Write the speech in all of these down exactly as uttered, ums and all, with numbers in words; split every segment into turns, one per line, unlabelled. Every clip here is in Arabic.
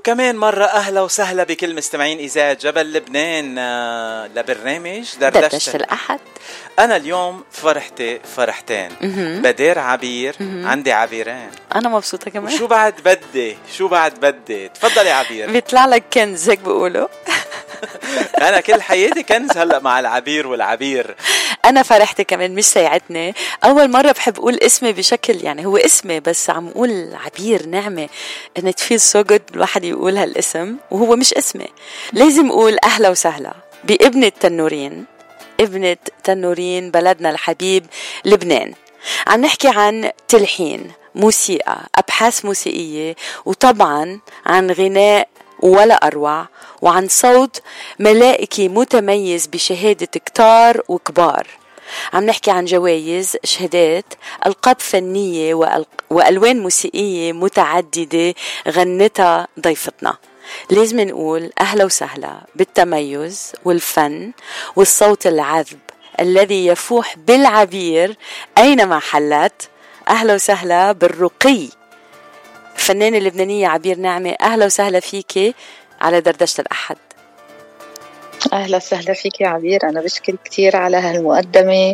وكمان مرة أهلا وسهلا بكل مستمعين إذاعة جبل لبنان لبرنامج
دردشة الأحد.
أنا اليوم فرحتي فرحتين، بدير عبير، عندي عبيرين.
أنا مبسوطة كمان.
شو بعد بدي شو بعد بدي تفضلي عبير.
بيطلع لك كنز هيك بقوله.
أنا كل حياتي كنز هلأ مع العبير والعبير.
أنا فرحتي كمان، مش ساعدتني أول مرة بحب أقول اسمي بشكل، يعني هو اسمي بس عم أقول عبير نعمة، إن تفيل سو جود الواحد يقول هالاسم وهو مش اسمي. لازم أقول أهلا وسهلا بابنة تنورين، ابنة تنورين بلدنا الحبيب لبنان. عم نحكي عن تلحين، موسيقى، أبحاث موسيقية، وطبعا عن غناء ولا أروع، وعن صوت ملائكي متميز بشهادة كتار وكبار. عم نحكي عن جوائز، شهادات، ألقاب فنية وألوان موسيقية متعددة غنتها ضيفتنا. لازم نقول أهلا وسهلا بالتميز والفن والصوت العذب الذي يفوح بالعبير أينما حلت. أهلا وسهلا بالرقي الفنانة اللبنانية عبير نعمة. أهلا وسهلا فيكي على دردشة الأحد.
أهلا وسهلا فيك يا عبير، أنا بشكر كتير على هالمقدمة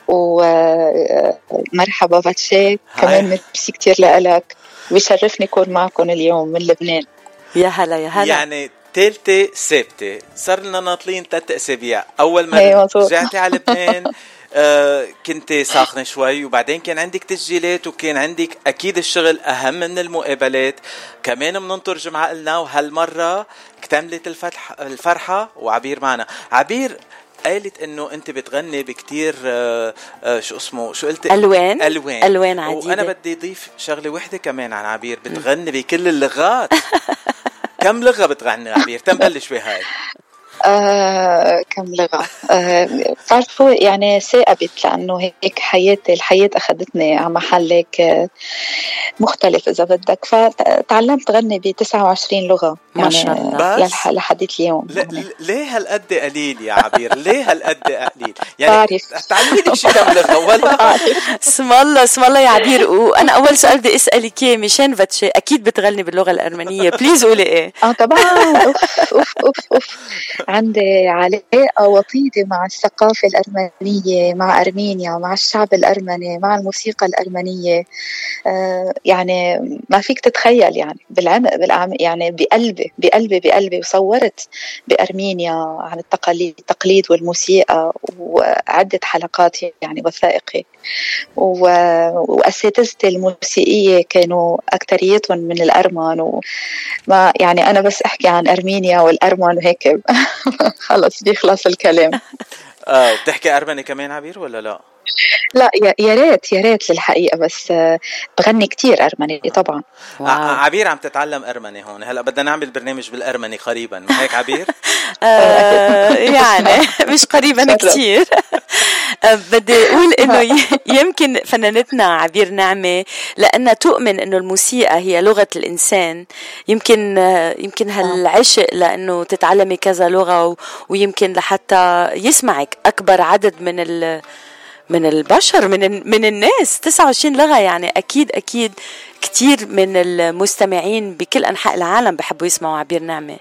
ومرحبا باتشي كمان، ميرسي كتير لك، ويشرفني كون معكم اليوم من لبنان.
يا هلا يا هلا.
يعني تالتة ثابتة، صار لنا ناطلين ثلاث أسابيع. أول ما رجعتي على لبنان آه كنت ساخنة شوي، وبعدين كان عندك تسجيلات، وكان عندك أكيد الشغل أهم من المقابلات. كمان مننطر جمعة قلنا، وهالمرة اكتملت الفتح الفرحة وعبير معنا. عبير قالت انه انت بتغني بكتير آه آه شو اسمه شو قلت
الوان
الوان
الوان عديدة.
وانا بدي اضيف شغله وحده كمان عن عبير، بتغني بكل اللغات. كم لغه بتغني عبير؟ تنبلش بهاي.
آه كم لغة. آه تعرفوا يعني ثاقبت، لأنه هيك حياتي الحياة أخذتني على محل هيك مختلف إذا بدك، فتعلمت غني بتسعة وعشرين لغة يعني
ما شاء الله
لحد اليوم.
يعني. ليه هالقد قليل يا عبير؟ ليه هالقد قليل يعني؟ تعلميني شي كم لغة ولا؟
اسم الله اسم الله يا عبير. وأنا أول سؤال بدي أسألك إياه مشان بتشي، أكيد بتغني باللغة الأرمنية، بليز قولي إيه.
آه طبعا. أوف أوف أوف أوف عندي علاقة وطيدة مع الثقافة الأرمنية، مع أرمينيا، مع الشعب الأرمني، مع الموسيقى الأرمنية. آه يعني ما فيك تتخيل، يعني بالعمق بالعمق، يعني بقلبي بقلبي بقلبي. وصورت بأرمينيا عن التقاليد التقليد والموسيقى، وعدة حلقات يعني وثائقي. وأساتذتي الموسيقية كانوا أكتريتهم من الأرمن، وما يعني أنا بس أحكي عن أرمينيا والأرمن وهيك خلص بيخلص الكلام.
آه بتحكي أرمني كمان عبير ولا لا؟
لا يا ريت يا ريت للحقيقة، بس بغني كتير أرمني طبعا.
عبير عم تتعلم أرمني هون، هلأ بدنا نعمل برنامج بالأرمني قريبا، ما هيك عبير؟
آه يعني مش قريبا كتير. بدي أقول إنه يمكن فنانتنا عبير نعمة لأنها تؤمن إنه الموسيقى هي لغة الإنسان، يمكن يمكن هالعشق لأنه تتعلمي كذا لغة، ويمكن لحتى يسمعك أكبر عدد من ال من البشر، من من الناس. تسعة وعشرين لغة يعني أكيد أكيد كتير من المستمعين بكل أنحاء العالم بحبوا يسمعوا عبير نعمة.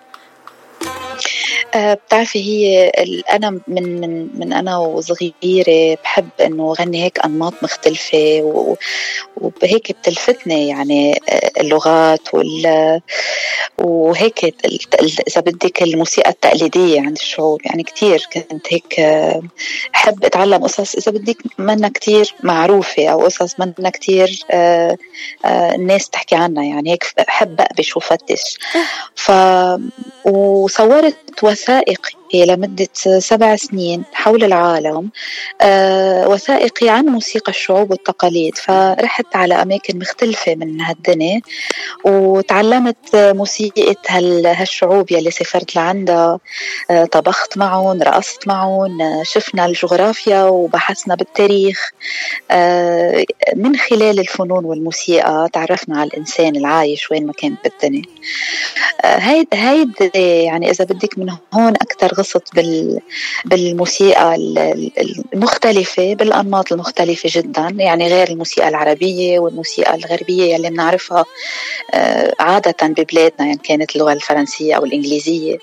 أه بتعرفي هي أنا من من من أنا وصغيرة بحب إنه غني هيك أنماط مختلفة، وهيك بتلفتني يعني اللغات وال وهيك إذا بدك الموسيقى التقليدية عند الشعوب، يعني كتير كنت هيك أحب أتعلم قصص إذا بدك منا كتير معروفة، أو قصص منا كتير أه أه الناس تحكي عنها، يعني هيك أحب أقبش وفتش. ف وصورت وثائقي لمدة سبع سنين حول العالم، أه وثائقي عن موسيقى الشعوب والتقاليد. فرحت على أماكن مختلفة من هالدنيا، وتعلمت موسيقى هالشعوب يلي سافرت لعندها، أه طبخت معهم، رقصت معهم، أه شفنا الجغرافيا وبحثنا بالتاريخ. أه من خلال الفنون والموسيقى تعرفنا على الإنسان العايش وين ما كان بالدنيا. أه هيد هيد يعني إذا بدك من هون أكتر انبسط بال بالموسيقى المختلفة بالأنماط المختلفة جدا، يعني غير الموسيقى العربية والموسيقى الغربية اللي بنعرفها عادة ببلادنا، يعني كانت اللغة الفرنسية أو الإنجليزية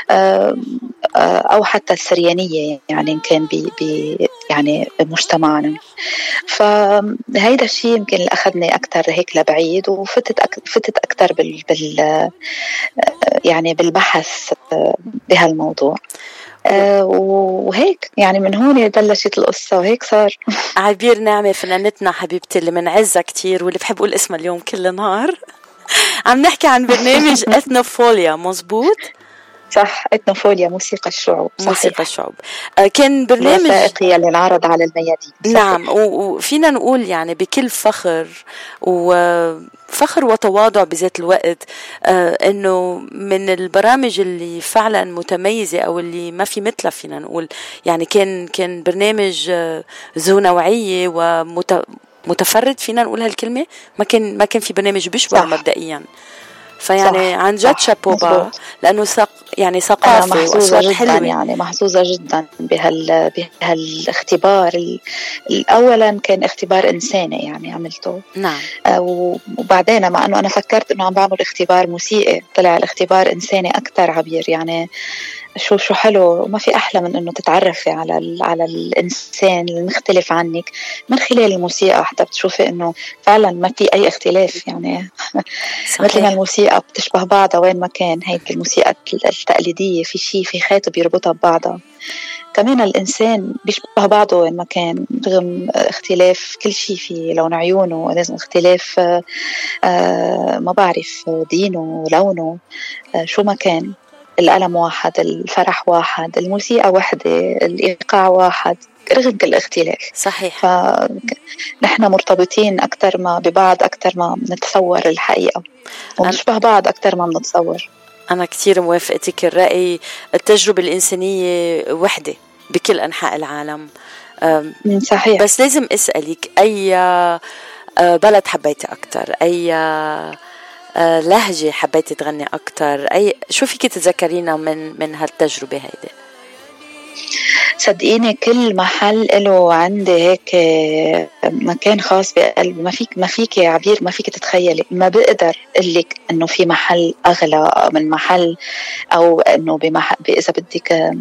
أو حتى السريانية، يعني كان بي بي يعني بمجتمعنا. فهيدا الشيء يمكن اللي أخذني أكتر هيك لبعيد، وفتت أك فتت أكتر بال بال يعني بالبحث بهالموضوع. آه وهيك يعني من هون بلشت القصة وهيك صار.
عبير نعمة فنانتنا حبيبتي اللي منعزها كتير واللي بحب أقول اسمها اليوم كل نهار. عم نحكي عن برنامج إثنوفوليا، مزبوط؟
صح، إثنوفوليا موسيقى الشعوب.
موسيقى الشعوب كان برنامج
وثائقي اللي انعرض على الميادين.
نعم، وفينا نقول يعني بكل فخر وفخر وتواضع بذات الوقت انه من البرامج اللي فعلا متميزة او اللي ما في مثلها، فينا نقول يعني كان كان برنامج ذو نوعية ومتفرد، فينا نقول هالكلمة. ما كان ما كان في برنامج بيشبه مبدئيا، فيعني عن جد شابوبا، لأنه سق يعني ثقافة وأصوات حلوة.
يعني محظوظة جدا بهال بهالاختبار. الأولا كان اختبار إنساني يعني عملته.
نعم.
وبعدين مع أنه أنا فكرت أنه عم بعمل اختبار موسيقي، طلع الاختبار إنساني أكتر عبير. يعني شو شو حلو، ما في أحلى من إنه تتعرفي على على الإنسان المختلف عنك من خلال الموسيقى، حتى بتشوفي إنه فعلا ما في أي اختلاف. يعني مثل ما الموسيقى بتشبه بعضها وين ما كان، هيك الموسيقى التقليدية في شيء في خيط بيربطها ببعضها. كمان الإنسان بيشبه بعضه وين ما كان، رغم اختلاف كل شيء، في لون عيونه، لازم اختلاف آه ما بعرف دينه ولونه، آه شو ما كان. الألم واحد، الفرح واحد، الموسيقى واحدة، الإيقاع واحد، رغم كل اختلاف.
صحيح.
فنحن مرتبطين أكتر ما ببعض، أكتر ما بنتصور الحقيقة، ونشبه بعض أكتر ما بنتصور.
أنا كتير موافقتك الرأي. التجربة الإنسانية وحدة بكل أنحاء العالم.
صحيح.
بس لازم أسألك، أي بلد حبيتي أكتر؟ أي لهجة حبيتي تغني أكتر؟ أي شو فيك تتذكرينا من من هالتجربة هيدي؟
صدقيني كل محل له عندي هيك مكان خاص بقلبي. ما فيك ما فيك يا عبير، ما فيك تتخيلي، ما بقدر أقولك إنه في محل أغلى من محل، أو إنه بمحل إذا بدك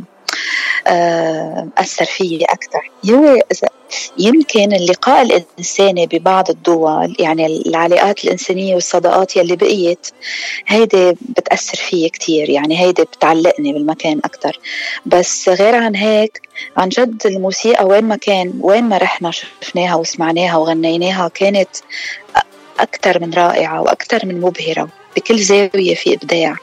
أثر فيه أكثر. هو يمكن اللقاء الإنساني ببعض الدول، يعني العلاقات الإنسانية والصداقات يلي بقيت، هيدي بتأثر فيه كتير، يعني هيدي بتعلقني بالمكان أكتر. بس غير عن هيك عن جد الموسيقى وين ما كان، وين ما رحنا شفناها وسمعناها وغنيناها، كانت أكتر من رائعة وأكتر من مبهرة. بكل زاوية في إبداع.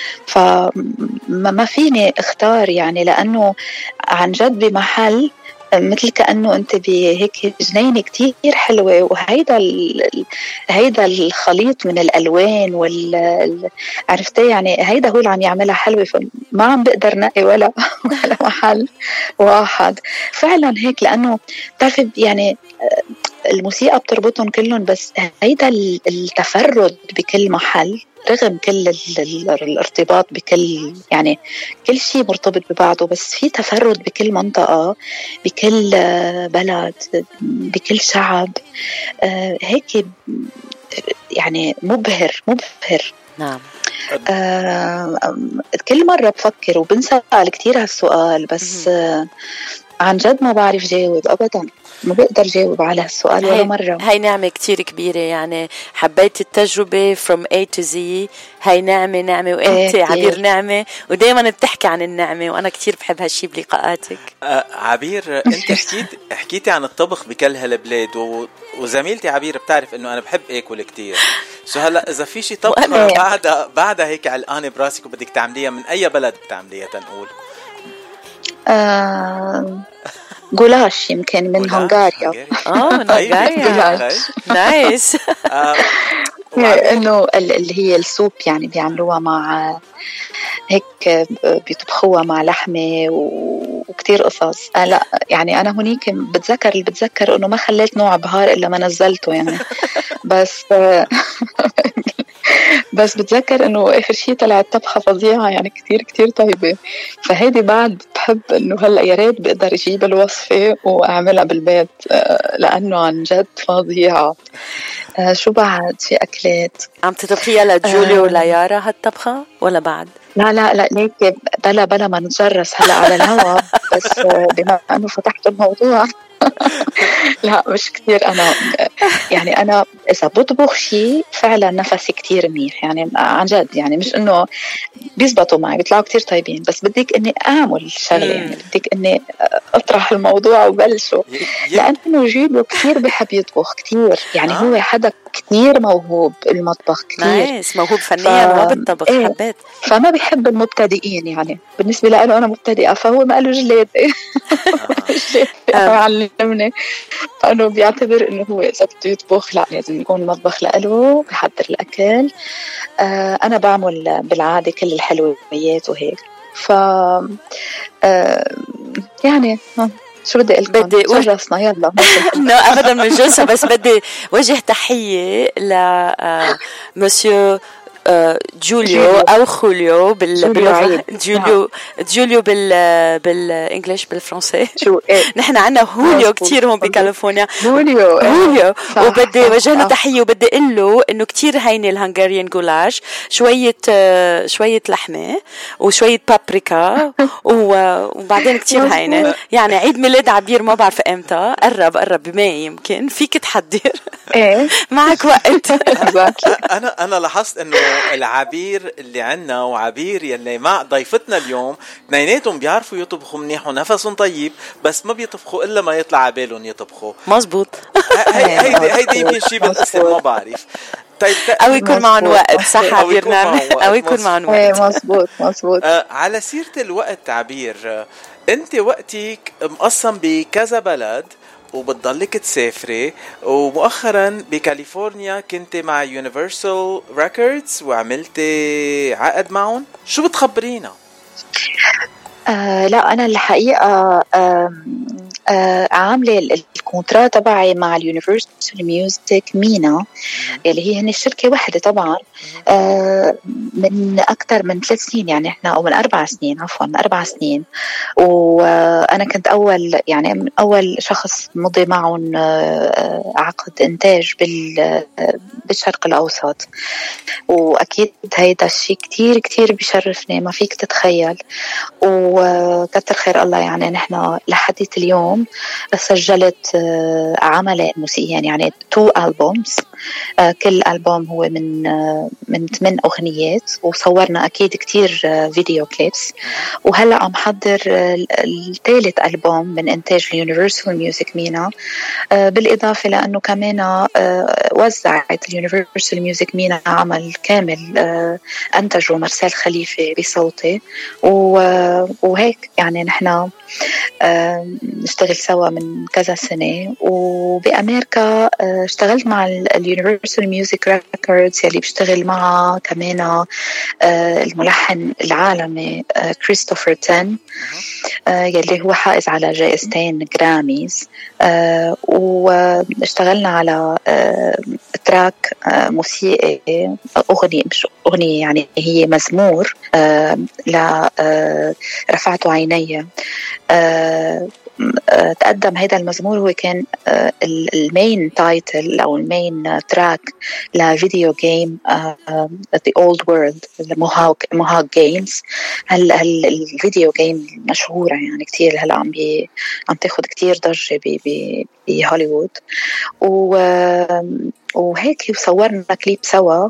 فما فيني اختار يعني، لأنه عن جد بمحل مثل كأنه أنت بهيك جنينة كتير حلوة، وهيدا هيدا الخليط من الألوان وال عرفتي، يعني هيدا هو اللي عم يعملها حلوة. فما عم بقدر نقي ولا ولا محل واحد فعلا هيك، لأنه تعرفي يعني الموسيقى بتربطهم كلهم، بس هيدا التفرد بكل محل رغم كل الارتباط بكل، يعني كل شيء مرتبط ببعضه، بس في تفرد بكل منطقة، بكل بلد، بكل شعب. هيك يعني مبهر مبهر.
نعم.
آه كل مرة بفكر وبنسأل كتير هالسؤال، بس آه عن جد ما بعرف جاوب أبدا، ما بقدر جاوب على هالسؤال ولا مرة.
هاي نعمة كتير كبيرة، يعني حبيت التجربة from A to Z. هاي نعمة نعمة وانت عبير نعمة، ودايما بتحكي عن النعمة، وانا كتير بحب هالشي بلقاءاتك.
آه عبير، انت حكيت حكيتي عن الطبخ بكل هالبلاد، و... وزميلتي عبير بتعرف انه انا بحب اكل كتير. سو هلا اذا في شي طبخة بعدها بعدها هيك علقانة براسك وبدك تعمليها، من اي بلد بتعمليها تنقول؟
آه... جولاش يمكن من هنغاريا.
اه من هنغاريا. نايس.
انه اللي هي السوب، يعني بيعملوها مع هيك، بيطبخوها مع لحمه وكتير قصص. آه لا يعني انا هنيك بتذكر اللي بتذكر انه ما خليت نوع بهار الا ما نزلته يعني. بس بس بتذكر انه اخر شيء طلعت طبخه فظيعه يعني كتير كتير طيبه. فهيدي بعد بحب انه هلا يا ريت بقدر اجيب الوصفه واعملها بالبيت لانه عن جد فظيعه. آه شو بعد في اكلات
عم تطبخيها لجوليو آه وليارا هالطبخه ولا بعد؟
لا لا لا ليك بلا بلا ما نتجرس هلا على الهواء. بس بما انه فتحت الموضوع لا مش كتير. أنا يعني أنا إذا بطبخ شيء فعلا نفسي كتير منيح يعني عن جد يعني مش إنه بيزبطوا معي بيطلعوا كتير طيبين بس بديك إني أعمل شغلة يعني بديك إني أطرح الموضوع وبلشه. لأنه جيبه كتير بحب يطبخ كتير يعني آه. هو حدا كتير موهوب المطبخ كتير
نايس موهوب فنيا ف... وبالطبخ
إيه.
حبيت.
فما بيحب المبتدئين يعني بالنسبة له أنا مبتدئة فهو ما قاله جليد علمني فأنه بيعتبر إنه هو إذا بده يطبخ لا لازم يكون المطبخ لإله بحضر الأكل. آه أنا بعمل بالعادة كل الحلويات وهيك ف آه يعني شو بدي أقول بدي جرسنا يلا
لا أبدا من جلسة بس بدي وجه تحية ل مسيو جوليو أو خوليو بال جوليو جوليو بال بالإنجليش بالفرنسي نحن عنا هوليو كتير هون بكاليفورنيا
هوليو
هوليو وبدي وجه له تحية وبدي أقول له إنه كتير هيني الهنغاريان جولاش شوية شوية لحمة وشوية بابريكا وبعدين كتير هيني يعني عيد ميلاد عبير ما بعرف إمتى قرب قرب بماي يمكن فيك تحضر
إيه
معك وقت.
أنا أنا لاحظت إنه العبير اللي عنا وعبير يلي مع ضيفتنا اليوم اثنيناتهم بيعرفوا يطبخوا منيح ونفسهم طيب بس ما بيطبخوا إلا ما يطلع عبالهم يطبخوا
مزبوط.
هيدي هيدي يمكن شيء بالاسم ما بعرف.
طيب أو يكون معهم وقت صح عبير نعم أو يكون معهم وقت.
مزبوط مزبوط.
آه على سيرة الوقت عبير آه أنت وقتك مقسم بكذا بلد وبتضلك تسافري ومؤخرا بكاليفورنيا كنت مع يونيفرسال ريكوردز وعملتي عقد معهم شو بتخبرينا؟
آه لا أنا الحقيقة آه آه عاملة الكونترا تبعي مع اليونيفرسال ميوزك مينا اللي هي هن الشركة واحدة طبعا آه من أكتر من ثلاث سنين يعني إحنا أو من أربع سنين عفوا من أربع سنين وأنا كنت أول يعني من أول شخص مضي معهم آه عقد إنتاج بال بالشرق الأوسط وأكيد هيدا الشيء كتير كتير بيشرفني ما فيك تتخيل وكتر خير الله يعني نحن لحديت اليوم سجلت عملين موسيقيين يعني تو ألبومز كل ألبوم هو من من ثمان أغنيات وصورنا أكيد كتير فيديو كليبس وهلأ عم حضر الثالث ألبوم من إنتاج اليونيفرسال ميوزك مينا بالإضافة لأنه كمان وزعت اليونيفرسال ميوزك مينا عمل كامل أنتجه مرسال خليفة بصوتي وهيك يعني نحن نشتغل سوا من كذا سنة وبأمريكا اشتغلت مع اليونيفرسال ميوزك ريكوردز يلي بيشتغل معها كمان الملحن العالمي كريستوفر تن يلي هو حائز على جائزتين جراميز واشتغلنا على تراك موسيقي أغنية مش أغنية يعني هي مزمور لا رفعت عيني تقدم هذا المزمور هو كان المين تايتل أو المين تراك لفيديو جيم The Old World موهاك جيمز الفيديو جيم مشهورة يعني كتير هلا عم بي عم تاخد كتير ضجة بهوليوود و وهيك وصورنا كليب سوا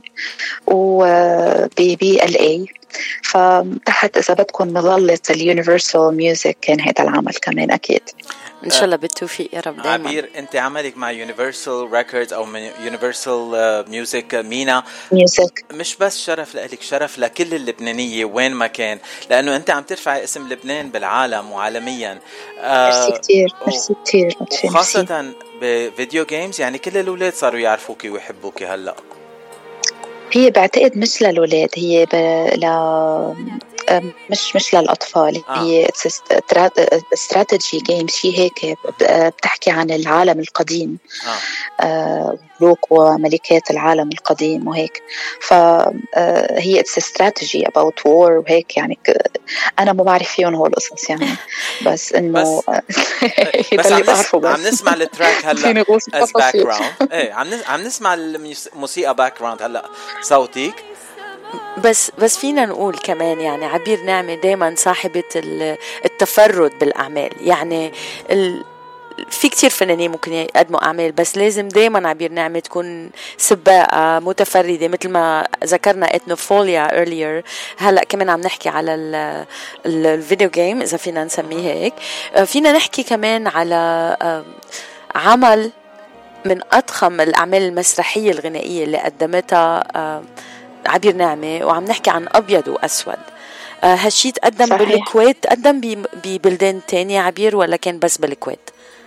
وبي ال اي فتحت إذا بدكم مظلة اليونيفرسال ميوزك كان هذا العمل كمان أكيد
إن شاء الله بالتوفيق يا رب دايما.
عبير أنت عملك مع يونيفرسال ريكوردز أو من يونيفرسال ميوزك مينا
ميوزك
مش بس شرف لك شرف لكل اللبنانية وين ما كان لأنه أنت عم ترفع اسم لبنان بالعالم وعالميا.
ميرسي كتير ميرسي كتير
وخاصة بفيديو جيمز يعني كل الأولاد صاروا يعرفوكي ويحبوكي هلأ.
هي بعتقد مش للولاد هي ب... ل... مش مش للأطفال. آه. هي استراتيجي جيم، شيء هيك بتحكي عن العالم القديم. آه. ملوك وملكات العالم القديم وهيك. فهي it's a strategy about war وهيك يعني. أنا ما بعرف فيهم هو القصص يعني، بس إنه
بس عم, نس... عم نسمع التراك هلا as background. إيه عم نس... عم نسمع الموسيقى background هلا صوتيك.
بس بس فينا نقول كمان يعني عبير نعمة دايما صاحبة التفرد بالأعمال. يعني ال... في كتير فنانين ممكن يقدموا أعمال، بس لازم دايما عبير نعمة تكون سباقة متفردة، مثل ما ذكرنا إتنوفوليا earlier. هلأ كمان عم نحكي على الفيديو جيم إذا فينا نسميه هيك. فينا نحكي كمان على عمل من أضخم الأعمال المسرحية الغنائية اللي قدمتها عبير نعمة، وعم نحكي عن أبيض وأسود. هالشي تقدم صحيح. بالكويت، تقدم ببلدان تانية عبير ولا كان بس بالكويت؟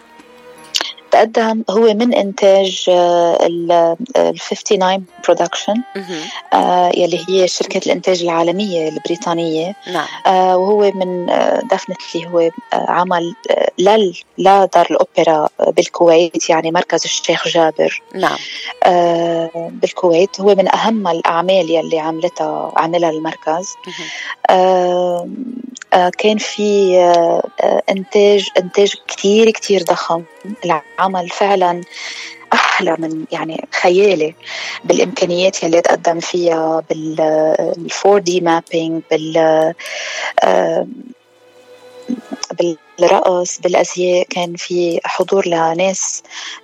تقدم هو من إنتاج ال خمسة وخمسين برودكشن آه يلي هي شركة الإنتاج العالمية البريطانية.
نعم.
آه وهو من دفنتلي هو آه عمل آه لل لا دار الأوبرا بالكويت، يعني مركز الشيخ جابر.
نعم.
آه بالكويت. هو من أهم الأعمال يلي عملتها عملها المركز. آه آه كان في آه إنتاج إنتاج كتير كتير ضخم. العمل فعلا أحلى من يعني خيالي بالإمكانيات اللي تقدم فيها بال فور دي مابينج، بال بالرقص، بالأزياء. كان في حضور لناس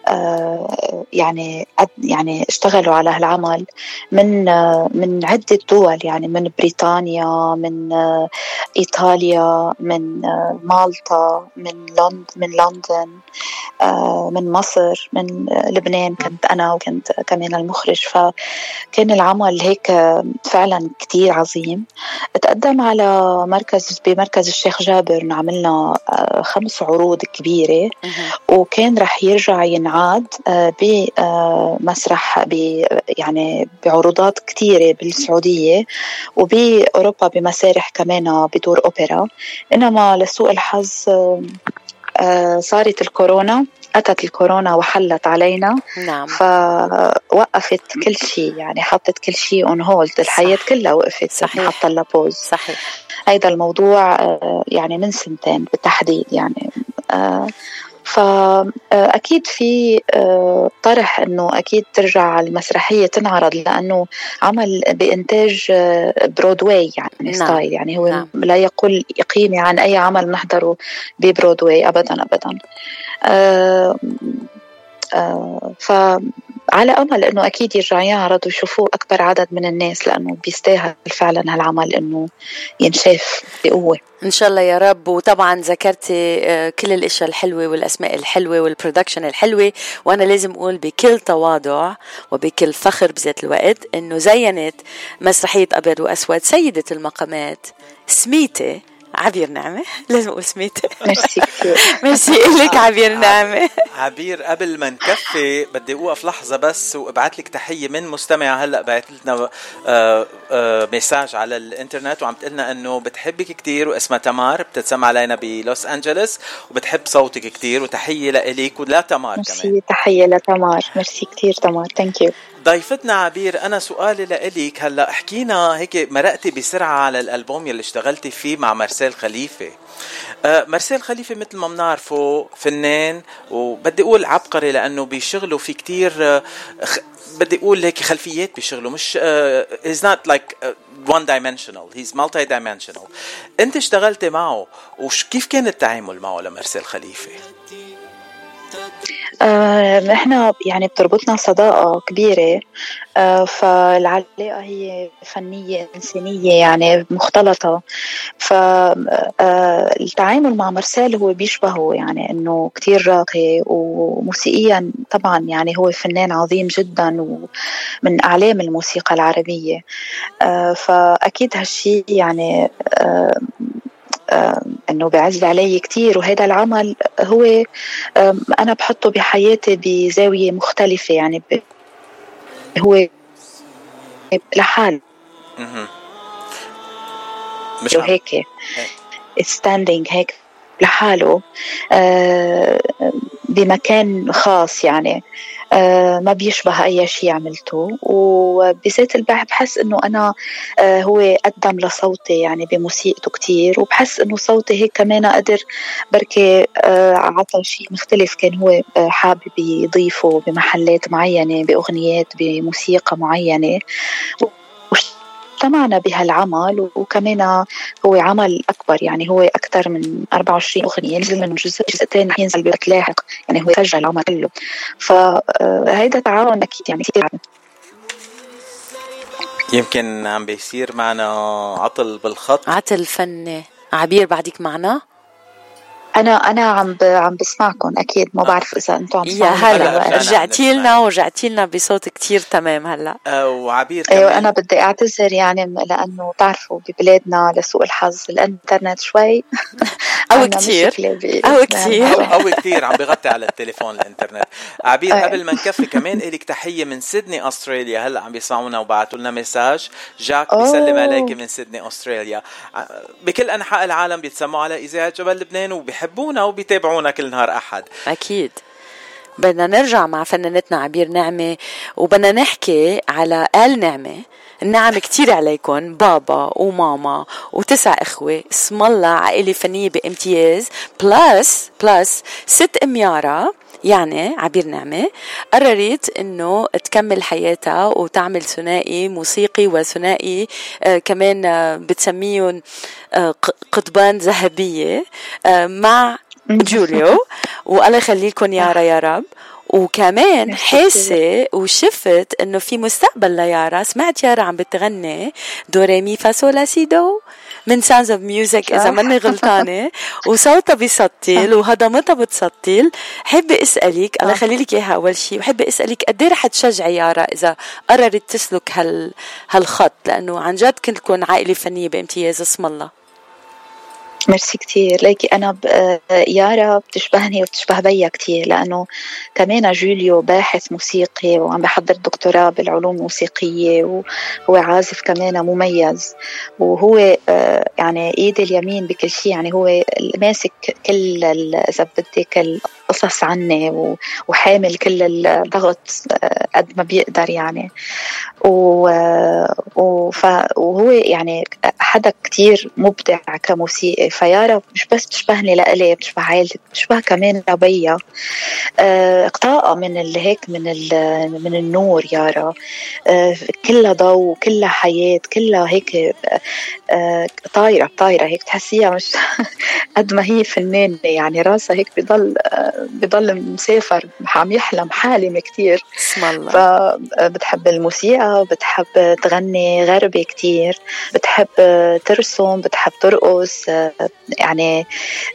يعني يعني اشتغلوا على هالعمل من من عدة دول، يعني من بريطانيا، من إيطاليا، من مالطا، من لندن من لندن من مصر، من لبنان. كنت أنا وكنت كمان المخرج. فكان العمل هيك فعلا كتير عظيم. تقدم على مركز بمركز الشيخ جابر، عملنا خمس عروض كبيرة، وكان رح يرجع ينعاد بمسرح يعني بعروضات كتيرة بالسعودية وبأوروبا بمسارح كمان بدور أوبرا. إنما لسوء الحظ صارت الكورونا، أتت الكورونا وحلت علينا.
نعم.
فوقفت كل شيء، يعني حطت كل شيء on hold. الحياة كلها وقفت.
صحيح.
حط لها بوز.
صحيح.
هيدا الموضوع يعني من سنتين بالتحديد يعني. فأكيد في طرح أنه أكيد ترجع المسرحية تنعرض، لأنه عمل بإنتاج برودواي يعني. نعم. ستايل يعني هو نعم. لا يقل قيمة عن أي عمل نحضره ببرودواي أبدا أبدا. أه أه فعلى أمل أنه أكيد يرجع يعرض ويشوفوه أكبر عدد من الناس، لأنه بيستاهل فعلا هالعمل أنه ينشاف بقوة
إن شاء الله يا رب. وطبعا ذكرتي كل الأشياء الحلوة والأسماء الحلوة والبرودكشن الحلوة، وأنا لازم أقول بكل تواضع وبكل فخر بذات الوقت إنه زينت مسرحية أبيض وأسود سيدة المقامات سميتة عبير نعمة. لازم أقول سميتة.
ميرسي كثير.
ميرسي لك عبير نعمة.
عبير قبل ما نكفي بدي أوقف لحظة بس وأبعت لك تحية من مستمعة هلأ بعت لنا آآ آآ ميساج على الإنترنت وعم تقلنا أنه بتحبك كتير واسمها تمار، بتتسمع علينا بلوس أنجلس وبتحب صوتك كتير، وتحية لإليك ولا تمار
كمان.
ميرسي.
تحية لتمار. ميرسي كتير تمار. Thank you.
ضيفتنا عبير، أنا سؤالي لإليك هلأ، حكينا هيك مرقتي بسرعة على الألبوم يلي اشتغلتي فيه مع مرسال خليفة. آه مرسال خليفة مثل ما بنعرفه فنان وبدي أقول عبقري، لأنه بيشغلوا في كتير آه خ... بدي أقول هيك خلفيات بيشغلوا، مش آه he's not like uh, one dimensional, he's multi dimensional. أنت اشتغلت معه وكيف كان التعامل معه لمرسال خليفة؟
آه، احنا يعني بتربطنا صداقة كبيرة. آه، فالعلاقة هي فنية إنسانية يعني مختلطة. فالتعامل آه، مع مرسال هو بيشبهه، يعني إنه كتير راقي وموسيقيا طبعا، يعني هو فنان عظيم جدا ومن أعلام الموسيقى العربية. آه، فأكيد هالشي يعني آه آه أنه بعز علي كتير. وهذا العمل هو آه أنا بحطه بحياتي بزاوية مختلفة، يعني هو لحال. مش هيك ستاندينج هيك لحاله بمكان خاص يعني ما بيشبه أي شيء عملته. وبذات الباع بحس إنه أنا هو قدم لصوتي يعني بموسيقته كتير، وبحس إنه صوتي هيك كمان قدر بركي عطى شيء مختلف كان هو حابب يضيفه بمحلات معينة بأغنيات بموسيقى معينة. اجتمعنا بهالعمل، وكمان هو عمل أكبر يعني هو أكثر من أربعة وعشرين أغنية نزل منه جزء جزءتين ينزل بتلاحق يعني هو سجل العمل كله. فهيدا تعاون أكيد يعني كتير.
يمكن عم بيصير معنا عطل بالخط.
عطل فني. عبير بعدك معنا؟
أنا أنا عم ب... عم بسمعكم أكيد، ما بعرف إذا أنتم عم
تسمعوني. يا هلا رجعتي لنا ورجعتي لنا بصوت كتير تمام هلا.
أه وعبير
أيوة أنا بدي أعتذر يعني لأنه تعرفوا ببلادنا لسوء الحظ الإنترنت شوي
أو كتير أو كتير
أو, أو كتير عم بغطي على التليفون الإنترنت. عبير قبل ما نكفي كمان إليك تحية من سيدني أستراليا، هلا عم بيسمعونا وبعتوا لنا مساج. جاك بيسلم عليك من سيدني أستراليا. بكل أنحاء العالم بيتسمعوا على إذاعة جبل لبنان وبيحبونا وبيتابعونا كل نهار أحد.
أكيد. بدنا نرجع مع فنانتنا عبير نعمة وبدنا نحكي على آل نعمة. النعم كتير عليكم، بابا وماما وتسع إخوة، اسم الله عائلة فنية بامتياز، بلس بلس ست أميارة. يعني عبير نعمة قررت إنه تكمل حياتها وتعمل ثنائي موسيقي وثنائي آه كمان آه بتسميهم آه قطبان ذهبية آه مع جوليو. والله يخليكم يارا يا رب. وكمان حاسة وشفت انه في مستقبل ليارا. سمعت يارا عم بتغني دوريمي فاسولا سيدو من Sounds of Music إذا ماني غلطانة، وصوتها بيسطل وهضمتها بتسطل. حابة أسألك، الله يخليلك إياها أول شيء، وحابة أسألك قد إيه رح تشجعي يارا إذا قررت تسلك هال هالخط، لأنه عن جد كلكم عائلة فنية بامتياز اسم الله.
ميرسي كتير ليكي. أنا ب... يارا بتشبهني وبتشبه بيا كتير، لأنه كمان جوليو باحث موسيقي وعم بحضر دكتوراه بالعلوم الموسيقية، وهو عازف كمان مميز، وهو يعني إيد اليمين بكل شيء. يعني هو ماسك كل إذا بدك القصص عني وحامل كل الضغط قد ما بيقدر يعني. وهو يعني حدا كتير مبدع كموسيقى. فيارا مش بس بتشبهني لإلي، بتشبه عائلتي، بتشبه كمان لبيا. قطاعة من اللي هيك من من النور. يارا كلها ضوء، كلها حياة، كلها هيك طايرة طايرة هيك تحسيها مش قد ما هي فنانة يعني. راسها هيك بيضل بيضل مسافر عم يحلم حالم كتير.
اسم الله.
فبتحب الموسيقى، بتحب تغني غربي كتير، بتحب ترسم، بتحب ترقص يعني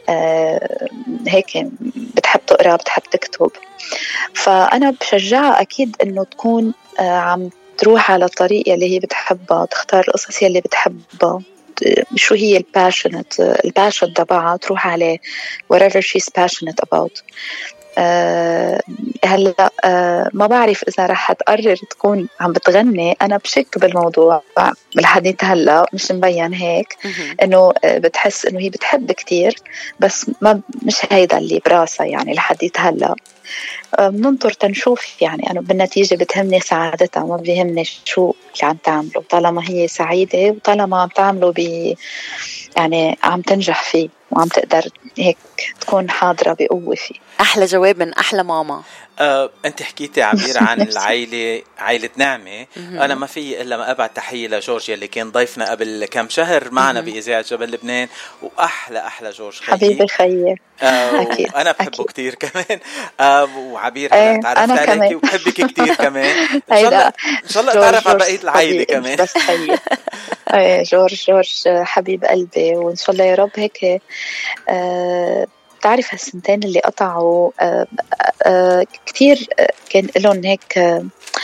هيك، بتحب تقرأ، بتحب تكتب. فأنا بشجعها أكيد إنه تكون عم تروح على الطريق اللي هي بتحبها، تختار القصص اللي بتحبها، شو هي الباشنت الباشن تبعها تروح عليه whatever she's passionate about. أه هلا أه ما بعرف إذا رح تقرر تكون عم بتغني. أنا بشك بالموضوع بالحديث هلا، مش مبين هيك إنه بتحس إنه هي بتحب كتير، بس ما مش هيدا اللي براسها يعني لحديث هلا. بننطر تنشوف يعني. أنا بالنتيجة بتهمني سعادتها، ما بيهمني شو اللي عم تعمله، طالما هي سعيدة وطالما عم تعمله بي يعني عم تنجح فيه وعم تقدر هيك تكون حاضرة بقوة فيه.
أحلى جواب من أحلى ماما.
أه، أنت حكيتي عبير عن العائلة، عائلة نعمة. أنا ما في إلا ما أبعت تحية لجورج اللي كان ضيفنا قبل كم شهر معنا بإذاعة جبل لبنان، وأحلى أحلى جورج خيي.
حبيبي خيي.
أه، أنا بحبه كتير كمان. أه، وعبير هلا تعرفت عليكي وبحبك كتير كمان. إن شاء الله إن شاء الله تعرف على بقية العائلة كمان.
بس خيي. أيه جورج جورج حبيب قلبي، وإن شاء الله يا رب هيك. أه تعرف هالسنتين اللي قطعوا أه أه كتير كان لهم هيك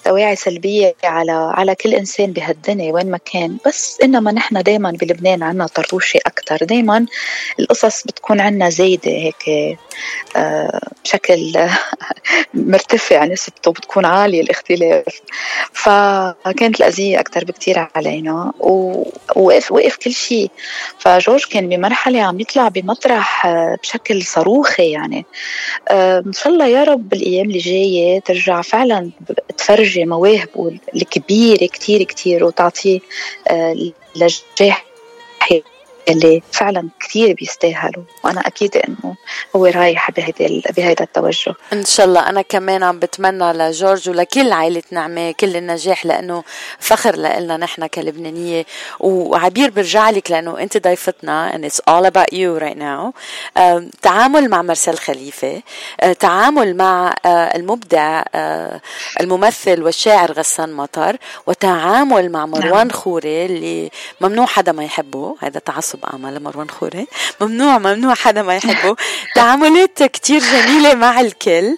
دواعي سلبية على على كل إنسان بهالدنيا وين ما كان، بس إنما نحن دايما بلبنان عنا طروشة أكتر، دايما القصص بتكون عنا زايدة هيك بشكل مرتفع، نسبته بتكون عالية الاختلاف، فكانت الأذية أكتر بكتير علينا ووقف وقف كل شيء. فجورج كان بمرحلة عم يطلع بمطرح بشكل صاروخي يعني. إن شاء الله يا رب بالأيام اللي جاية ترجع فعلا تفرجي مواهبه الكبيرة كتير كتير وتعطيه لجاح اللي فعلا كتير بيستاهلوا، وأنا أكيد إنه هو رايح بهيدا بهيدا التوجه
إن شاء الله. أنا كمان عم بتمنى لجورج ولكل عائلة نعمة كل النجاح، لأنه فخر لنا نحن كلبنانية. وعبير برجع لك لأنه أنت ضيفتنا and it's all about you right now. تعامل مع مرسل خليفة، تعامل مع المبدع الممثل والشاعر غسان مطر، وتعامل مع مروان خوري اللي ممنوع حدا ما يحبه، هذا تعصب أعمى لمروان خوري، ممنوع ممنوع حدا ما يحبه. تعاملات كتير جميلة مع الكل.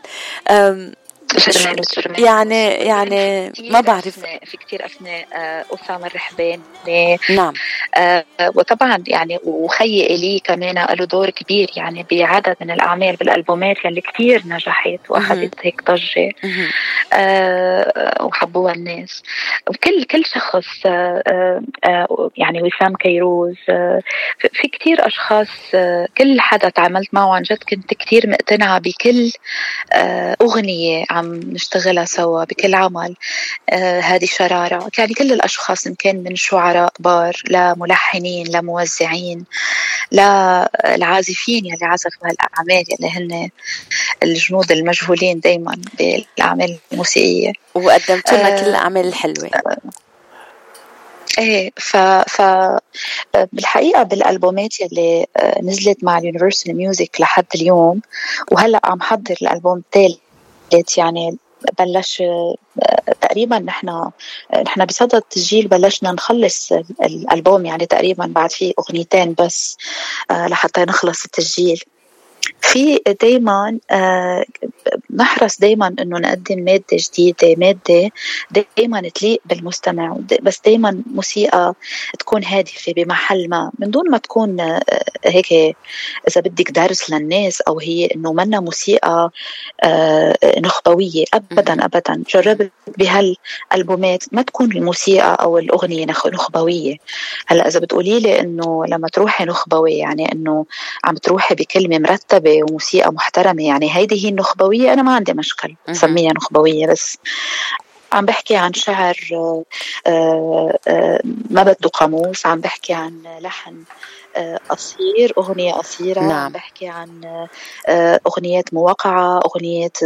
يعني يعني ما بعرف
في كتير أثناء أسامة الرحباني.
نعم.
آه وطبعا يعني وخي إلي كمان له دور كبير يعني بعدد من الأعمال بالألبومات اللي كتير نجحت وأخذت هيك ضجة آه وحبوها الناس. وكل كل شخص آه آه يعني وسام كيروز آه في كتير أشخاص آه كل حدا تعاملت معه عن جد كنت كتير مقتنعة بكل آه أغنية عم نشتغلها سوا، بكل عمل. آه هذه شرارة يعني كل الأشخاص إن كان من شعراء كبار لملحنين لموزعين للعازفين يلي عزفوا هالأعمال يلي هن الجنود المجهولين دايما بالأعمال الموسيقية،
وقدمت لنا آه كل الأعمال الحلوة.
آه ايه ف ف بالحقيقه بالالبومات يلي نزلت مع اليونيفرسال ميوزك لحد اليوم، وهلا عم حضر الالبوم الثالث يعني بلش تقريبا نحن نحن بصدد التسجيل، بلشنا نخلص الالبوم يعني تقريبا بعد فيه اغنيتين بس لحتى نخلص التسجيل. في دايما آه نحرص دايما انه نقدم مادة جديدة، مادة دايما تليق بالمستمع، بس دايما موسيقى تكون هادفة بمحل ما، من دون ما تكون آه هيك اذا بدك درس للناس او هي انه منا موسيقى آه نخبوية ابدا ابدا. جربت بهالالبومات ما تكون الموسيقى او الاغنية نخبوية. هلا اذا بتقولي لي انه لما تروحي نخبوي يعني انه عم تروحي بكلمة مرتبة وموسيقى محترمة يعني هيدي هي النخبوية، أنا ما عندي مشكل سميها نخبوية، بس عم بحكي عن شعر آآ آآ ما بده قاموس، عم بحكي عن لحن قصير، أغنية قصيرة. نعم. عم بحكي عن أغنيات مواقعة، أغنيات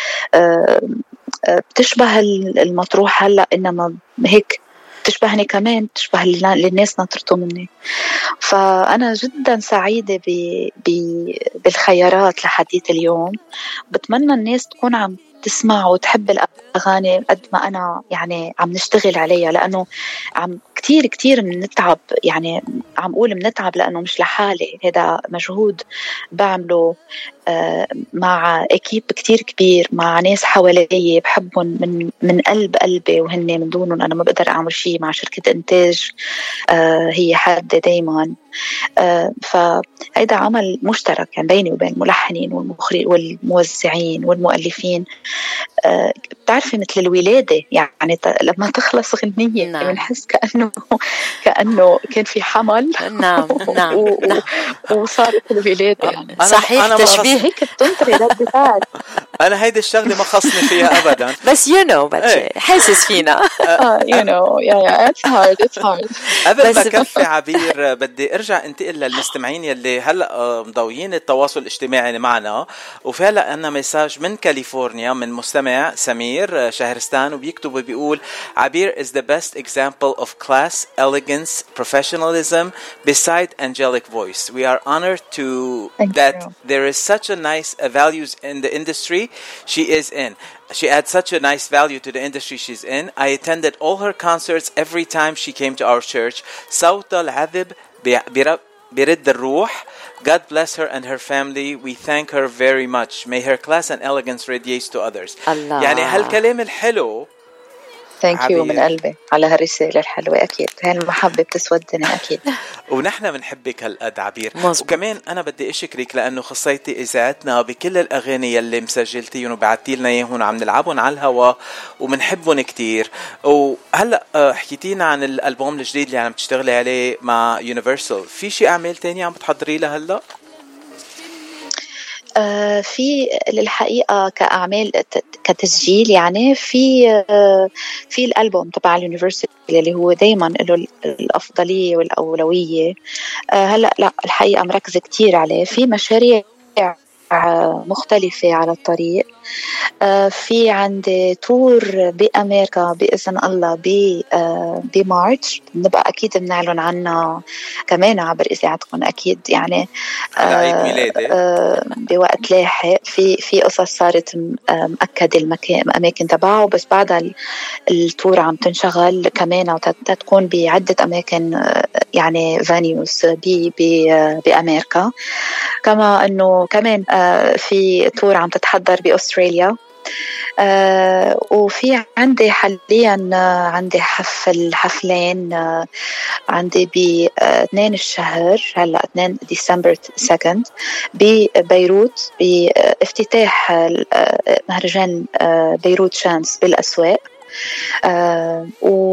بتشبه المطروح هلأ إنما هيك تشبهني كمان، تشبه اللي الناس نطرته مني. فأنا جدا سعيدة ب... ب... بالخيارات لحديث اليوم. بتمنى الناس تكون عم تسمع وتحب الأغاني قد ما أنا يعني عم نشتغل عليها، لأنه عم كتير كتير منتعب يعني، عم أقول منتعب لأنه مش لحالي، هذا مجهود بعمله مع أكيب كتير كبير، مع ناس حوالي بحبهم من من قلب قلبي، وهن من دونهم أنا ما بقدر أعمل شيء. مع شركة إنتاج هي حد دايما، فهيدا عمل مشترك يعني بيني وبين الملحنين والمخرجين والموزعين والمؤلفين. بتعرفي مثل الولادة يعني لما تخلص غنية. نعم. بنحس كأنه كأنه كان في حمل.
نعم نعم و...
و... وصارت الولادة يعني.
صحيح أنا تشبيه
هيك بتنطري رد فعل.
أنا هيدي الشغلة ما خصني فيها أبدا.
بس you know بتشي حاسس فينا.
you know yeah yeah it's hard it's hard.
قبل ما كفي عبير بدي أرجع انتقل للمستمعين يلي هلأ مضويين التواصل الاجتماعي معنا، وفي هلأ أنا مساج من كاليفورنيا من مستمع سمير شهرستان، وبيكتب وبيقول عبير is the best example of class, elegance, professionalism beside angelic voice. We are honored to Thank that you. There is such a nice uh, values in the industry she is in. She adds such a nice value to the industry she's in. I attended all her concerts every time she came to our church. صوت العذب برد الروح. God bless her and her family. We thank her very much. May her class and elegance radiate to others.
الله.
يعني هالكلام الحلو
ثانك يو من قلبي على هالرسالة الحلوة. أكيد هالمحبة بتسودني أكيد.
ونحن بنحبك هالقد عبير.
مزبط.
وكمان أنا بدي أشكرك لأنه خصيتي إذاعتنا بكل الأغاني اللي مسجلتيهم وبعتي لنا إياهم عم نلعبهم على الهواء وبنحبهم كتير. وهلأ حكيتينا عن الألبوم الجديد اللي عم تشتغلي عليه مع يونيفرسال، في شيء أعمال تانية عم بتحضري لها هلأ؟
آه في للحقيقة كأعمال كتسجيل، يعني في آه في الألبوم تبع اليونيفرسيتي اللي هو دايما له الأفضلية والأولوية. آه هلأ لا الحقيقة مركزة كتير عليه. في مشاريع مختلفة على الطريق. آه في عندي تور بأمريكا بإذن الله بمارس، نبقى أكيد بنعلن عنها كمان عبر إذاعتكم أكيد، يعني
آه
آه بوقت لاحق. في في قصص صارت مأكد المكان أماكن تبعه، بس بعد التور عم تنشغل كمان وتتكون بعدة أماكن يعني فانيوز بأمريكا. كما أنه كمان آه في تور عم تتحضر بأستراليا. آه وفي عندي حاليا آه عندي حفل حفلين آه عندي باثنين الشهر، هلا اثنين ديسمبر سكند ببيروت بافتتاح آه مهرجان آه بيروت شانس بالأسواق. آه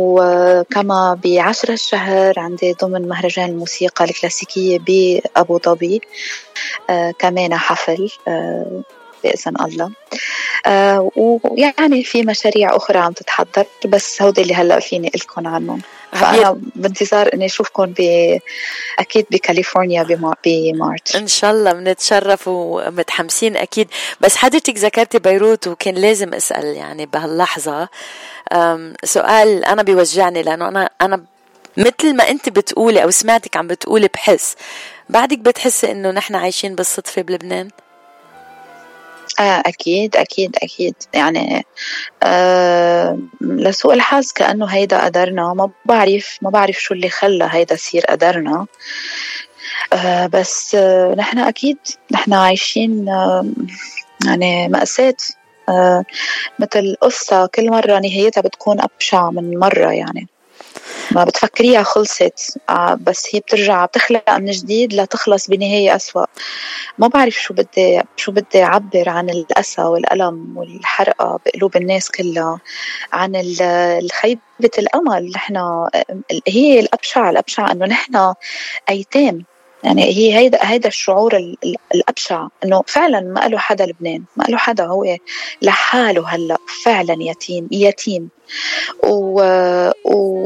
وكما بعشرة الشهر عندي ضمن مهرجان الموسيقى الكلاسيكية بأبو ظبي آه كمان حفل آه بإذن الله. آه ويعني في مشاريع أخرى عم تتحضر، بس هودي اللي هلأ فيني ألكن عنهم. فأنا بانتظار أني أشوفكم ب أكيد بكاليفورنيا بمارس
إن شاء الله. بنتشرف ومتحمسين أكيد. بس حضرتك ذكرتي بيروت وكان لازم أسأل يعني بهاللحظة سؤال أنا بيوجعني، لأنه أنا أنا مثل ما أنت بتقولي أو سمعتك عم بتقولي بحس بعدك بتحسي إنه نحن عايشين بالصدفة بلبنان.
آه أكيد أكيد أكيد يعني آه لسوء الحظ كأنه هيدا قدرنا. ما بعرف ما بعرف شو اللي خلى هيدا يصير قدرنا. آه بس آه نحن أكيد نحن عايشين آه يعني مأساة. آه مثل قصة كل مرة نهايتها بتكون أبشع من مرة، يعني ما بتفكريها خلصت آه بس هي بترجع بتخلق من جديد لتخلص بنهاية أسوأ. ما بعرف شو بدي شو بدي أعبر عن الأسى والألم والحرقة بقلوب الناس كلها، عن الخيبة الأمل. نحن هي الأبشع الأبشع إنه نحن أيتام. يعني هي هيدا هيدا الشعور الأبشع، إنه فعلا ما له حدا لبنان، ما له حدا، هو لحاله هلا فعلا يتيم يتيم. و, و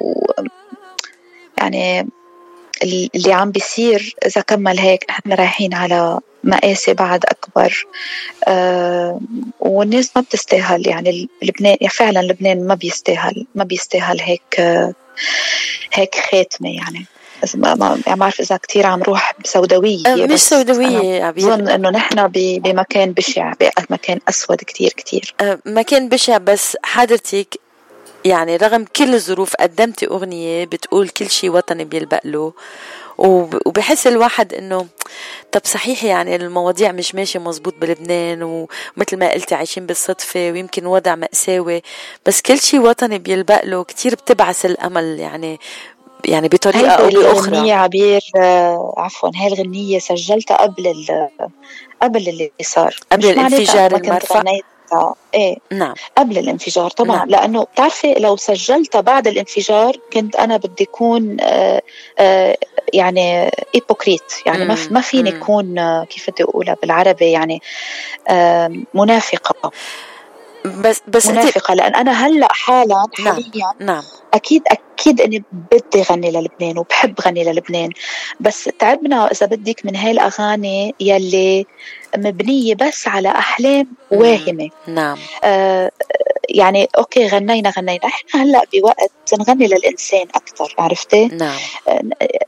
يعني اللي عم بيصير إذا كمل هيك احنا رايحين على مآسي بعد أكبر. آه والناس ما بتستاهل، يعني لبنان يعني فعلا لبنان ما بيستاهل ما بيستاهل هيك آه هيك خاتمة. يعني ما ما ما أعرف إذا كتير عم روح بسوداوية،
مش سوداوية عبير.
أظن إنه نحن بمكان بشع، بمكان أسود كتير كتير
آه مكان بشع. بس حضرتك يعني رغم كل الظروف قدمتي أغنية بتقول كل شيء وطني بيلبق له، وبحس الواحد إنه طب صحيح يعني المواضيع مش ماشية مزبوط بلبنان، ومثل ما قلتي عايشين بالصدفة ويمكن وضع مأساوي، بس كل شيء وطني بيلبق له كتير بتبعث الأمل يعني يعني بطريقة أو بأخرى.
الغنية عبير آه عفوا هاي الغنية سجلتها قبل ال قبل اللي صار،
قبل الانفجار المرفأ.
ايه
نعم
قبل الانفجار طبعا. نعم. لانه بتعرفي لو سجلتها بعد الانفجار كنت انا بدي اكون آه آه يعني ايبوكريت، يعني ما ما فيني اكون آه كيف بدي اقولها بالعربي، يعني آه منافقه.
بس بس
منافقه لان انا هلا حالا حاليا
نعم. نعم.
اكيد اكيد اني بدي غني للبنان وبحب غني للبنان، بس تعبنا اذا بدك من هاي الاغاني يلي مبنيه بس على احلام واهمه.
نعم.
آه يعني اوكي غنينا غنينا احنا هلا بوقت نغني للانسان اكثر، عرفتي؟
نعم.
آه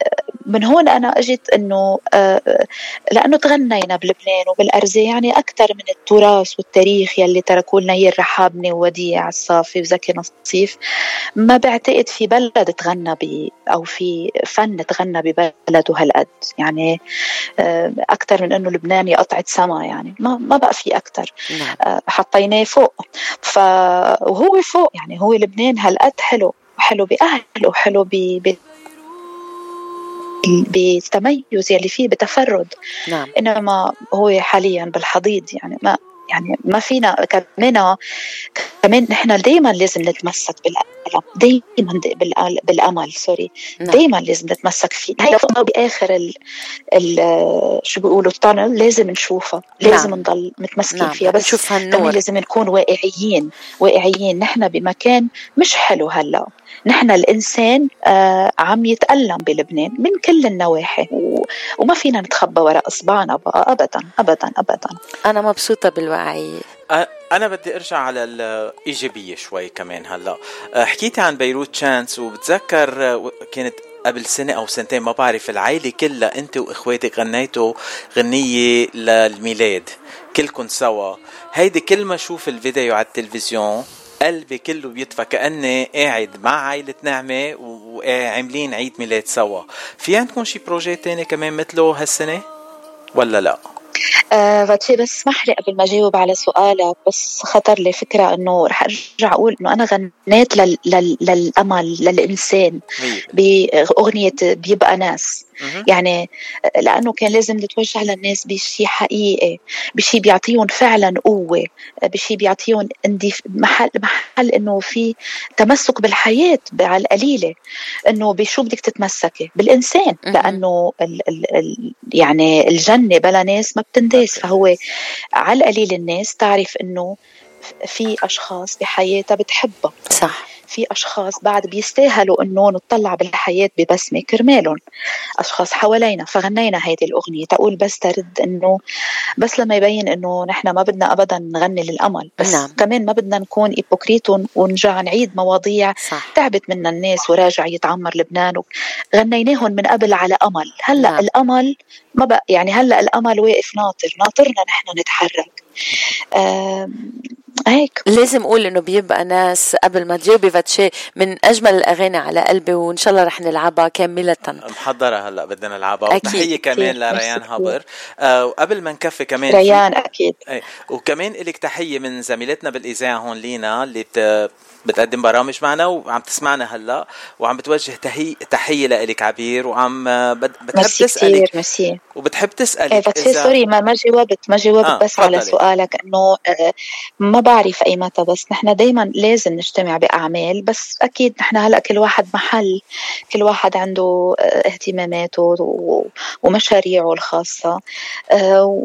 من هون أنا أجيت إنه لأنه تغنينا بلبنان وبالأرزة يعني أكثر من التراث والتاريخ يلي تركوا لنا هي الرحابنة ووديع الصافي وزكي نصيف. ما بعتقد في بلد تغنى ب أو في فن تغنى ببلده هالقد، يعني أكثر من إنه لبنان يقطعت سما، يعني ما ما بقى في أكثر. حطيناه فوق، ف وهو فوق، يعني هو لبنان هالقد حلو، حلو بأهله وحلو ب بالتميز يلي فيه بتفرد.
نعم.
إنما هو حاليا بالحضيض، يعني ما يعني ما فينا كمان كمان نحن دايما لازم نتمسك بالألم، دايما بالأمل سوري نعم. دايما لازم نتمسك فيه. هي بآخر ال ال شو بيقولوا الطنل لازم نشوفها، لازم نعم. نضل متمسكين نعم. فيها، بس كمان لازم نكون واقعيين واقعيين. نحن بمكان مش حلو هلا، نحن الإنسان آه عم يتألم بلبنان من كل النواحي، وما فينا نتخبى وراء إصبعنا بقى أبدا أبدا أبدا.
أنا مبسوطة بالوعي.
أنا بدي أرجع على الإيجابية شوي كمان. هلا حكيتي عن بيروت تشانس، وبتذكر كانت قبل سنة أو سنتين ما بعرف، العائلة كلها أنت وإخواتك غنيتوا غنية للميلاد كلكم سوا. هيدي كل ما أشوف الفيديو على التلفزيون قلبي كله بيدفى، كأني قاعد مع عائلة نعمة وعاملين عيد ميلاد سوا. في عندكم شي بروجيت تاني كمان مثله هالسنة ولا لا؟
آه بس اسمح لي قبل ما أجاوب على سؤالك، بس خطر لي فكرة إنه رح أرجع أقول إنه أنا غنيت لل... لل... للأمل للإنسان بأغنية بيبقى ناس. يعني لأنه كان لازم نتوجه للناس بشي حقيقي، بشي بيعطيهم فعلا قوة، بشي بيعطيهم عندي محل محل إنه في تمسك بالحياة على القليلة، إنه بشو بدك تتمسكي بالإنسان، لأنه ال ال ال يعني الجنة بلا ناس ما بتنداس. فهو على القليل الناس تعرف إنه في أشخاص بحياتها بتحبها،
صح.
في أشخاص بعد بيستاهلوا إنه نطلع بالحياة ببسمة كرمالهم، أشخاص حوالينا. فغنينا هيدي الأغنية تقول بس ترد إنه بس لما يبين إنه نحن ما بدنا أبدا نغني للأمل، بس نعم. كمان ما بدنا نكون إيبوكريت ونرجع نعيد مواضيع صح. تعبت منا الناس وراجع يتعمر لبنان، غنيناهم من قبل على أمل. هلأ نعم. الأمل ما بقى، يعني هلأ الأمل واقف ناطر، ناطرنا نحن نتحرك. هيك
لازم أقول إنه بيبقى ناس قبل ما تجاوبي فاتشي من أجمل الأغاني على قلبي، وإن شاء الله رح نلعبها كاملة
محضرة. هلا بدنا نلعبها. وتحية كمان لريان هابر. آه وقبل ما نكفي كمان
ريان أكيد
ايه، وكمان إليك تحية من زميلتنا بالإذاعة هون لينا اللي ت... بتقدم برامج معنا وعم تسمعنا هلا، وعم بتوجه تحية تحية لإلك عبير، وعم بتحب تسألك
مسي.
وبتحب تسألك
ايه بس إذا... سوري ما ما جاوبت ما جاوبت آه بس على سؤالك إنه آه ما بعرف أي متى، بس نحن دايما لازم نجتمع بأعمال، بس أكيد نحن هلا كل واحد محل، كل واحد عنده آه اهتماماته ومشاريعه الخاصة، آه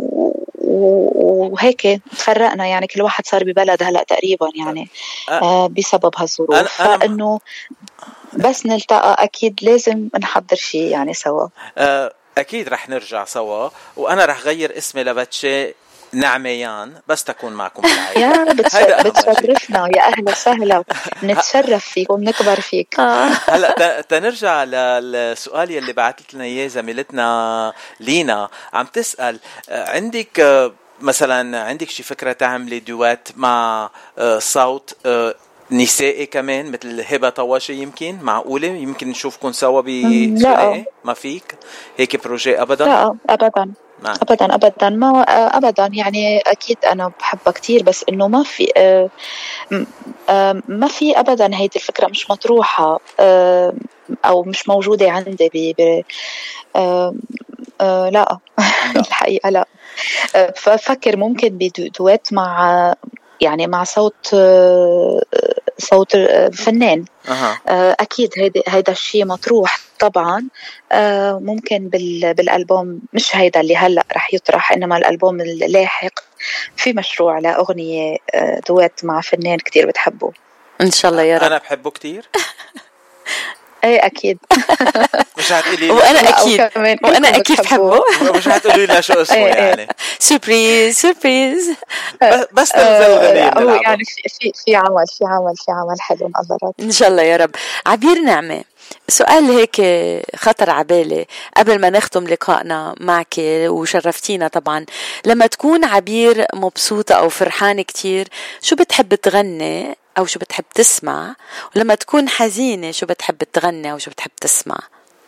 وهيك تفرقنا، يعني كل واحد صار ببلد هلا تقريبا، يعني آه بسبب هالظروف. فإنه بس نلتقى أكيد لازم نحضر شيء يعني سوا.
آه أكيد رح نرجع سوا، وأنا رح غير اسمي لباتشي نعميان بس تكون معكم بالعائلة.
يا بتشرفنا، يا أهلا وسهلا، نتشرف فيك ونكبر فيك.
هلا تنرجع للسؤال يلي بعثت لنا إياه زميلتنا لينا، عم تسأل عندك مثلا عندك شي فكرة تعملي دوات مع صوت نسائي كمان مثل هبة طواشي؟ يمكن معقولة يمكن نشوفكم سوا بثنائي؟ ما فيك هيك بروجي أبدا؟
لا أبدا نعم. أبدا أبدا ما أبدا، يعني أكيد أنا بحبها كتير، بس إنه ما في آه آه ما في أبدا، هيدي الفكرة مش مطروحة آه أو مش موجودة عندي ب آه آه لا الحقيقة لا. آه ففكر ممكن بدوات مع يعني مع صوت آه صوت فنان.
أه.
أكيد هيدا هيدا الشيء مطروح طبعا. ممكن بالألبوم، مش هيدا اللي هلأ رح يطرح، إنما الألبوم اللاحق في مشروع لأغنية دوات مع فنان كتير بتحبه
إن شاء الله يا رب.
أنا بحبه كتير.
ايه اكيد.
مش هتقولي
وانا اكيد وانا اكيد بحبه.
مش هتقولي لنا شو اسمه يعني.
سوربريز سوربريز.
بس تنزل الغنية بنلعبه.
يعني في في عمل في عمل في عمل حلو نقدرات
ان شاء الله يا رب. عبير نعمة، سؤال هيك خطر عبالي قبل ما نختم لقائنا معك وشرفتينا طبعا. لما تكون عبير مبسوطة أو فرحانة كتير شو بتحب تغني أو شو بتحب تسمع؟ ولما تكون حزينة شو بتحب تغني أو شو بتحب تسمع؟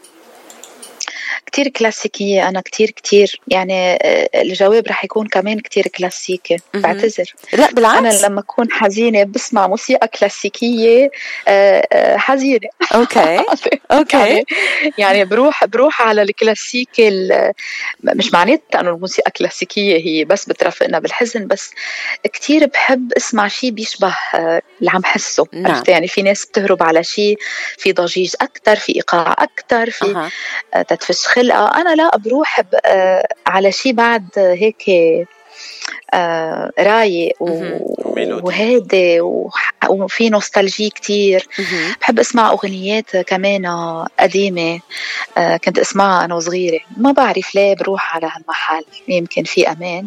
كتير كلاسيكية أنا كتير كتير يعني الجواب رح يكون كمان كتير كلاسيكي. بعتذر.
لا بالعكس،
أنا لما أكون حزينة بسمع موسيقى كلاسيكية حزينة.
أوكي أوكي.
يعني بروح بروح على الكلاسيكي. مش معناتها أنه الموسيقى كلاسيكية هي بس بترافقنا بالحزن، بس كتير بحب اسمع شيء بيشبه اللي عم حسه.
نعم.
يعني في ناس بتهرب على شيء في ضجيج أكتر، في إيقاع أكتر، في أه. تدفش خلقة. أنا لا بروح على شيء بعد هيك آه رايق وهادي وفي نوستالجي كتير. بحب اسمع اغنيات كمان قديمه آه كنت اسمعها انا وصغيره، ما بعرف ليه بروح على هالمحل، يمكن في امان.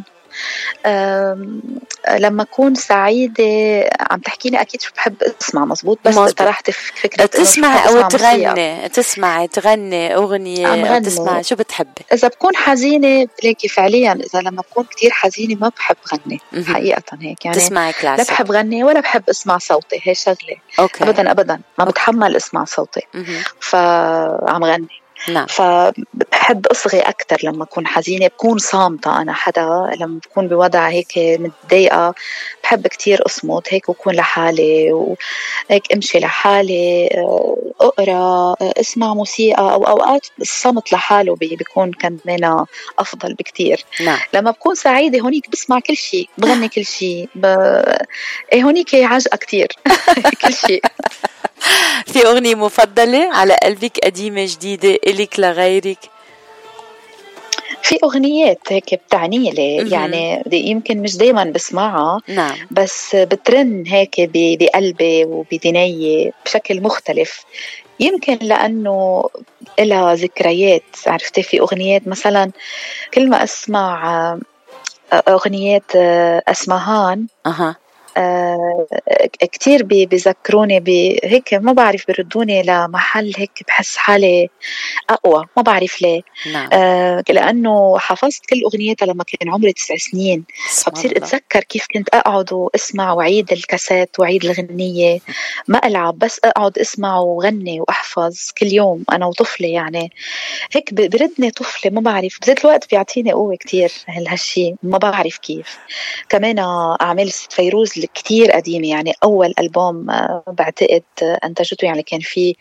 لما أكون سعيدة عم تحكيني أكيد شو بحب أسمع. مزبوط. بس طرحت في فكرة
تسمع أو تغني تسمع تغني أغنية أو تسمع شو بتحبي؟
إذا بكون حزينة لكن فعليا إذا لما بكون كتير حزينة ما بحب غني حقيقة هيك يعني.
تسمعي كلاسيك؟
لا بحب غني ولا بحب أسمع صوتي، هي شغلة. أوكي. أبدا أبدا ما أوكي. بتحمل أسمع صوتي فعم غني. نعم. فبحب أصغي أكتر لما أكون حزينة، بكون صامتة أنا حدا. لما بكون بوضع هيك متضايقة بحب كتير أصمت هيك وكون لحالي وهيك أمشي لحالي، أقرأ، أسمع موسيقى، أو أوقات الصمت لحاله بيكون كمان أفضل بكتير.
نعم.
لما بكون سعيدة هونيك بسمع كل شيء، بغني كل شيء، ب... إيه هونيك عجقة كتير كل شيء.
في أغنية مفضلة على قلبك قديمة جديدة إلك لغيرك؟
في أغنيات هيك بتعني لي يعني يمكن مش دايما بسمعها.
نعم.
بس بترن هيك بقلبي وبدنيا بشكل مختلف، يمكن لأنه إلها ذكريات. عرفتي في أغنيات مثلا كل ما أسمع أغنيات أسمهان
أها
آه كتير بيذكروني بهيك، ما بعرف بردوني لمحل هيك بحس حالي أقوى، ما بعرف ليه.
نعم.
آه لأنه حفظت كل أغنيتها لما كان عمري تسع سنين، فبصير أتذكر كيف كنت أقعد وأسمع وعيد الكاسات وعيد الغنية، ما ألعب بس أقعد أسمع وغني وأحفظ كل يوم أنا وطفلة. يعني هيك بردني طفلة، ما بعرف بذات الوقت بيعطيني قوة كتير هالشي، ما بعرف كيف. كمان أعمال فيروز كتير قديمة، يعني أول ألبوم بعتقد أنتجته يعني كان فيه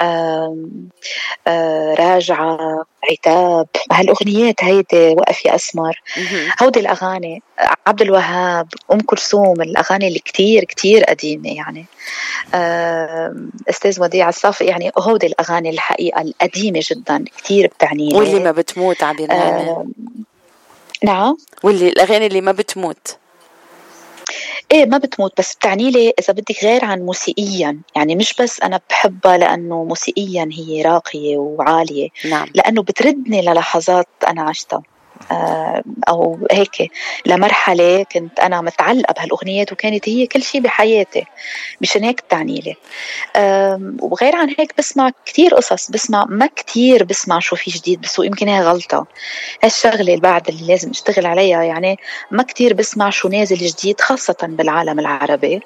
راجعة، عتاب، هالأغنيات هيدي، وقف يا أسمر، هودي الأغاني، عبد الوهاب، أم كلثوم، الأغاني اللي كتير كتير قديمة يعني. أستاذ وديع الصافي، يعني هودي الأغاني الحقيقة القديمة جدا كتير بتعني.
واللي ما بتموت عبير نعمة.
نعم.
واللي الأغاني اللي ما بتموت
ايه ما بتموت، بس بتعني لي اذا بدك غير عن موسيقيا، يعني مش بس انا بحبها لانه موسيقيا هي راقية وعالية.
نعم.
لانه بتردني للحظات انا عشتها، أو هيك لمرحلة كنت أنا متعلقة بهالأغنيات وكانت هي كل شيء بحياتي، مشان هيك بتعني لي. وغير عن هيك بسمع كتير قصص، بسمع ما كتير بسمع شو في جديد، بس يمكن هي غلطة، هالشغلة اللي بعد اللي لازم اشتغل عليها. يعني ما كتير بسمع شو نازل جديد خاصة بالعالم العربي.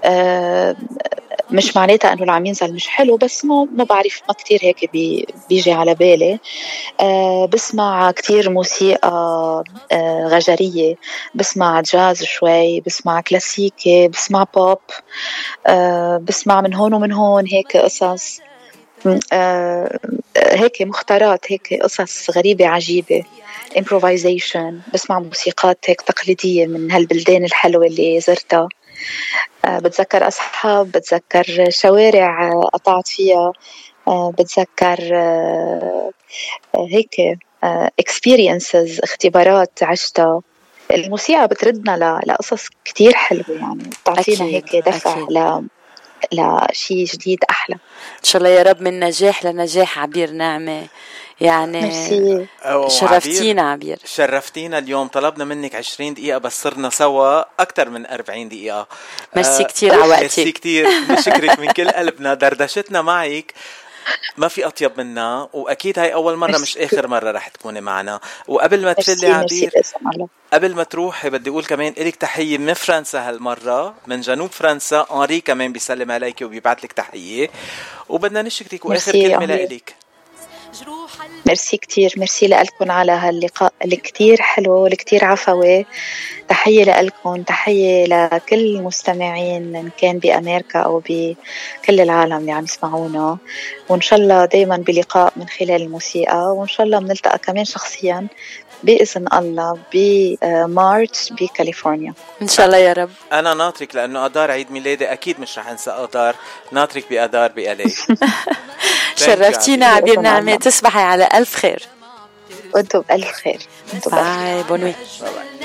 مش معناتها أنه العم ينزل مش حلو، بس ما ما بعرف، ما كتير هيك بي بيجي على بالي. أه بسمع كتير موسيقى أه غجرية، بسمع جاز شوي، بسمع كلاسيكي، بسمع بوب، أه بسمع من هون ومن هون هيك قصص، أه هيك مختارات، هيك قصص غريبة عجيبة، improvisation. بسمع موسيقات هيك تقليدية من هالبلدان الحلوة اللي زرتها. أه بتذكر أصحاب، بتذكر شوارع قطعت فيها، أه بتذكر أه هيك أه experiences، اختبارات عشتها. الموسيقى بتردنا لقصص كتير حلوة، يعني بتعطينا هيك دفع ل لشيء جديد أحلى.
إن شاء الله يا رب، من نجاح لنجاح عبير نعمة. يعني
ميرسي.
شرفتينا عبير،
شرفتينا اليوم. طلبنا منك عشرين دقيقة بس صرنا سوا أكتر من أربعين دقيقة.
ميرسي كتير على وقتك.
ميرسي كتير، بشكرك من كل قلبنا. دردشتنا معك ما في أطيب منا، وأكيد هاي أول مرة مش آخر مرة رح تكوني معنا. وقبل ما تفلي عبير، قبل ما تروحي بدي أقول كمان إليك تحية من فرنسا هالمرة، من جنوب فرنسا. أنري كمان بيسلم عليك وبيبعت لك تحية، وبدنا نشكرك. وآخر كلمة لإليك.
ميرسي كتير، ميرسي لألكم على هاللقاء الكتير حلو والكتير عفوي. تحية لألكم، تحية لكل المستمعين إن كان بأمريكا أو بكل العالم اللي عم يسمعونا. وإن شاء الله دايما بلقاء من خلال الموسيقى، وإن شاء الله بنلتقى كمان شخصيا بإذن الله بمارس بكاليفورنيا
إن شاء الله يا رب.
أنا ناطرك، لأنه أدار عيد ميلادي أكيد مش رح أنسى أدار. ناطرك بأدار بألي.
شرفتينا عبير نعمة، تصبحي على ألف خير.
وأنتم بألف خير.
باي، بونوي.